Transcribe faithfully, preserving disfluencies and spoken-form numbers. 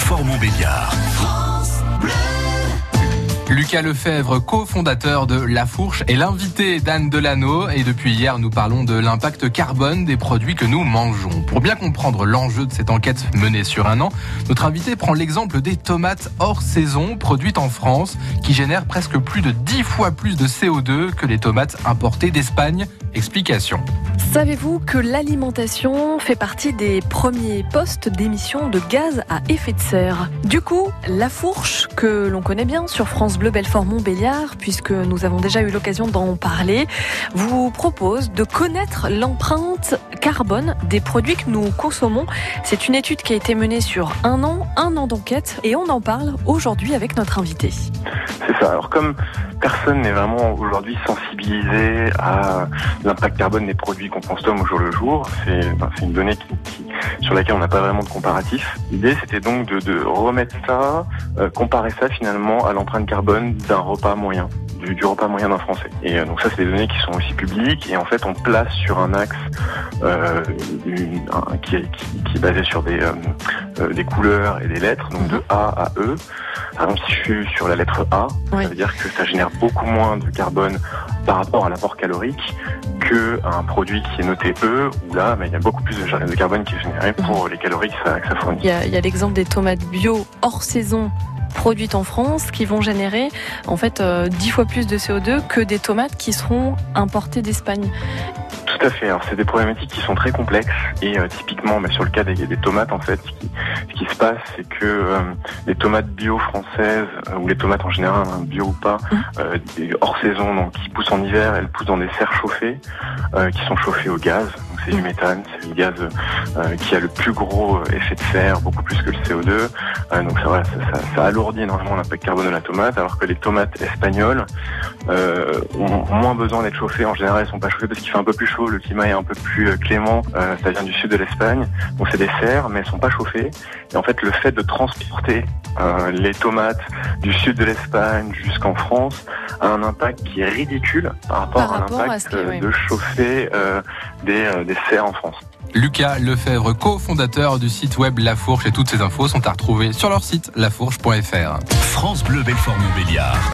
Belfort-Montbéliard. Lucas Lefebvre, cofondateur de La Fourche, est l'invité d'Anne Delano. Et depuis hier, nous parlons de l'impact carbone des produits que nous mangeons. Pour bien comprendre l'enjeu de cette enquête menée sur un an, notre invité prend l'exemple des tomates hors saison produites en France, qui génèrent presque plus de dix fois plus de C O deux que les tomates importées d'Espagne. Explication. Savez-vous que l'alimentation fait partie des premiers postes d'émissions de gaz à effet de serre ? Du coup, La Fourche, que l'on connaît bien sur France Bleu Belfort-Montbéliard, puisque nous avons déjà eu l'occasion d'en parler, vous propose de connaître l'empreinte carbone des produits que nous consommons. C'est une étude qui a été menée sur un an, un an d'enquête, et on en parle aujourd'hui avec notre invité. C'est ça. Alors comme personne n'est vraiment aujourd'hui sensibilisé à l'impact carbone des produits qu'on consomme au jour le jour, c'est, ben, c'est une donnée qui, qui, sur laquelle on n'a pas vraiment de comparatif. L'idée, c'était donc de, de remettre ça, euh, comparer ça finalement à l'empreinte carbone d'un repas moyen. Du, du repas moyen d'un Français. Et euh, donc ça, c'est des données qui sont aussi publiques. Et en fait, on place sur un axe euh, une, un, qui, est, qui, qui est basé sur des, euh, euh, des couleurs et des lettres, donc de A à E. Par exemple, si je suis sur la lettre A, oui. Ça veut dire que ça génère beaucoup moins de carbone par rapport à l'apport calorique qu'un produit qui est noté E, où là, bah, il y a beaucoup plus de carbone qui est généré pour les calories que ça, que ça fournit. Il y a, il y a l'exemple des tomates bio hors saison produites en France qui vont générer en fait euh, dix fois plus de C O deux que des tomates qui seront importées d'Espagne. Tout à fait. Alors, c'est des problématiques qui sont très complexes et euh, typiquement, bah, sur le cas des, des tomates, en fait, ce qui, ce qui se passe, c'est que euh, les tomates bio françaises euh, ou les tomates en général, hein, bio ou pas, euh, des hors saison, donc qui poussent en hiver, elles poussent dans des serres chauffées, euh, qui sont chauffées au gaz. Donc, c'est du méthane, c'est le gaz euh, qui a le plus gros effet de serre, beaucoup plus que le C O deux. Euh, donc ça, voilà, ça, ça, ça alourdit énormément l'impact carbone de la tomate, alors que les tomates espagnoles euh, ont moins besoin d'être chauffées. En général, elles sont pas chauffées parce qu'il fait un peu plus chaud, le climat est un peu plus clément. Euh, ça vient du sud de l'Espagne, donc c'est des serres, mais elles sont pas chauffées. Et en fait, le fait de transporter euh, les tomates du sud de l'Espagne jusqu'en France a un impact qui est ridicule par rapport, par à rapport l'impact à ce qui, oui. de chauffer euh, des, euh, des serres en France. Lucas Lefebvre, cofondateur du site web La Fourche, et toutes ces infos sont à retrouver sur leur site lafourche point f r. France Bleu Belfort-Montbéliard.